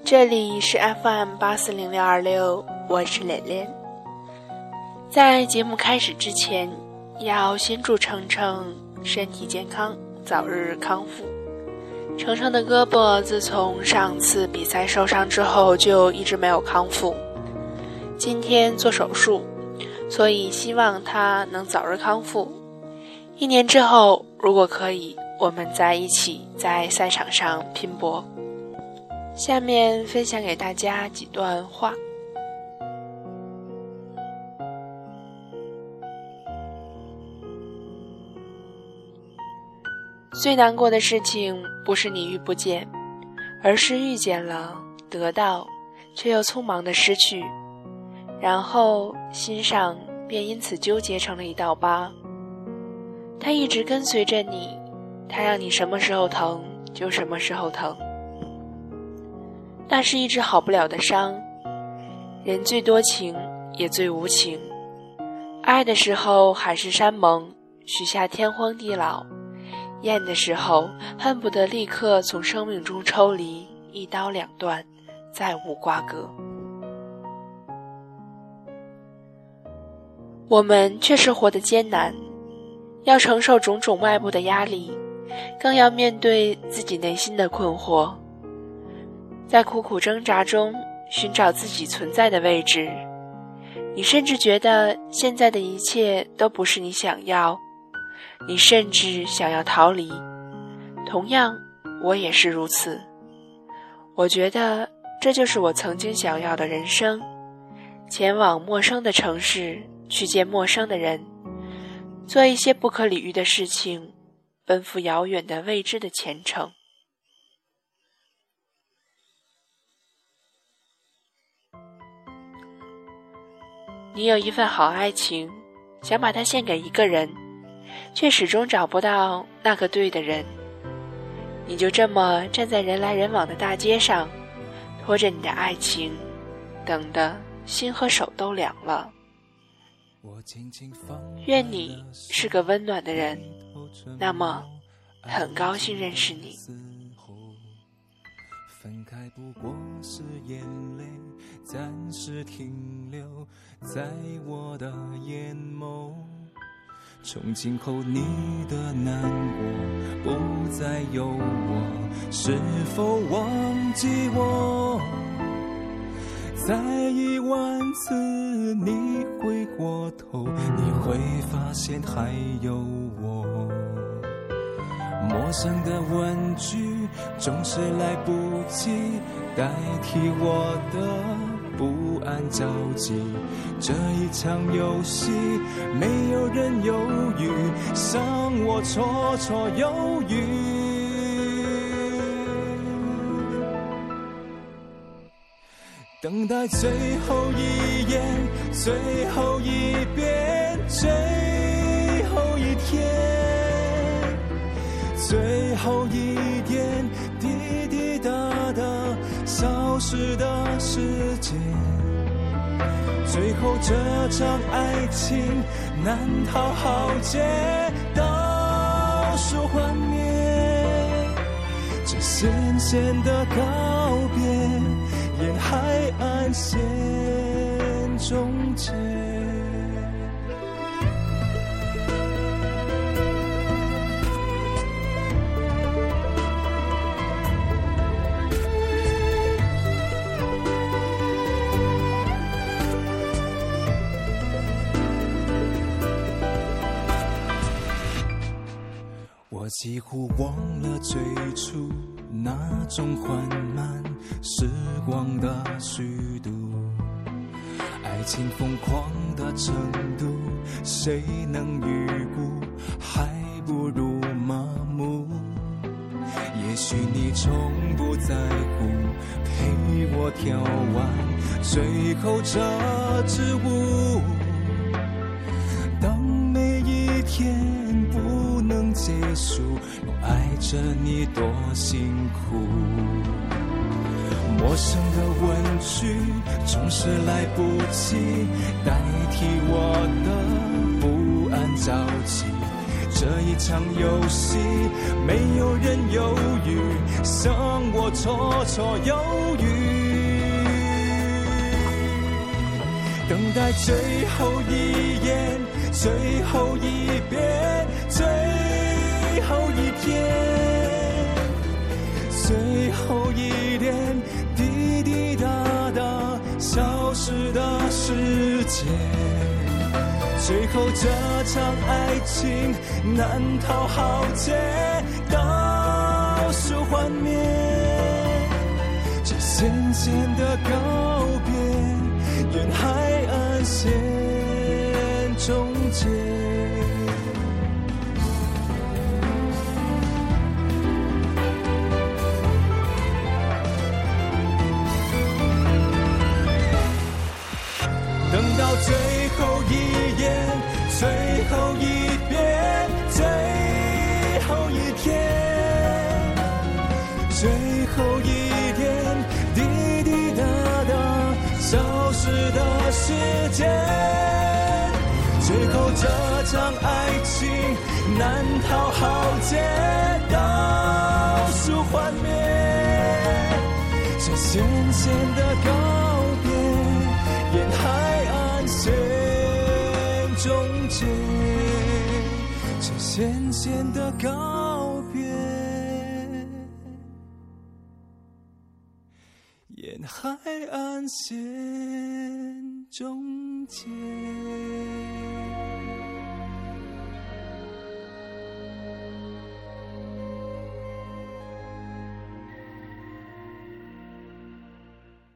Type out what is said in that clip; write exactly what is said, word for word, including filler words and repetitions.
这里是 F M 八四零六二六，我是蕾蕾。在节目开始之前，要先祝程程身体健康，早日康复。程程的胳膊自从上次比赛受伤之后就一直没有康复，今天做手术，所以希望他能早日康复。一年之后，如果可以，我们在一起在赛场上拼搏。下面分享给大家几段话。最难过的事情不是你遇不见，而是遇见了，得到，却又匆忙的失去，然后心上便因此纠结成了一道疤。它一直跟随着你，它让你什么时候疼就什么时候疼。那是一直好不了的伤，人最多情也最无情，爱的时候海誓山盟，许下天荒地老，厌的时候恨不得立刻从生命中抽离，一刀两断，再无瓜葛。我们确实活得艰难，要承受种种外部的压力，更要面对自己内心的困惑，在苦苦挣扎中寻找自己存在的位置。你甚至觉得现在的一切都不是你想要，你甚至想要逃离。同样，我也是如此。我觉得这就是我曾经想要的人生，前往陌生的城市，去见陌生的人，做一些不可理喻的事情，奔赴遥远的未知的前程。你有一份好爱情，想把它献给一个人，却始终找不到那个对的人。你就这么站在人来人往的大街上，拖着你的爱情，等得心和手都凉了。愿你是个温暖的人，那么很高兴认识你。 分开不过是眼泪暂时停留在我的眼眸，从今后你的难过不再有我，是否忘记我？再一万次你回过头，你会发现还有我。陌生的问句总是来不及代替我的不安着急，这一场游戏没有人犹豫，让我绰绰有余。等待最后一眼，最后一遍，最后一天，最后一点滴滴答答消失的时间，最后这场爱情难逃浩劫，倒数幻灭，这咸咸的告别，沿海岸线终结。我几乎忘了最初那种缓慢时光的虚度，爱情疯狂的程度谁能预估，还不如麻木。也许你从不在乎陪我跳完最后这支舞，当每一天不能结束，我爱着你多辛苦。陌生的问句总是来不及代替我的不安着急， 这一场游戏，没有人犹豫，剩我绰绰有余。等待最后一眼，最后一遍，最后一天，最后一点滴滴答答消失的时间。最后这场爱情难逃浩劫，倒数幻灭，这渐渐的告别，沿海岸线终结。等到最后一眼，最后一遍，最后一天，最后一点滴滴答答消失的时间。最后这场爱情难逃浩劫，倒数幻灭，这渐渐的告别，沿海岸线终结，这渐渐的告别，沿海岸线终结。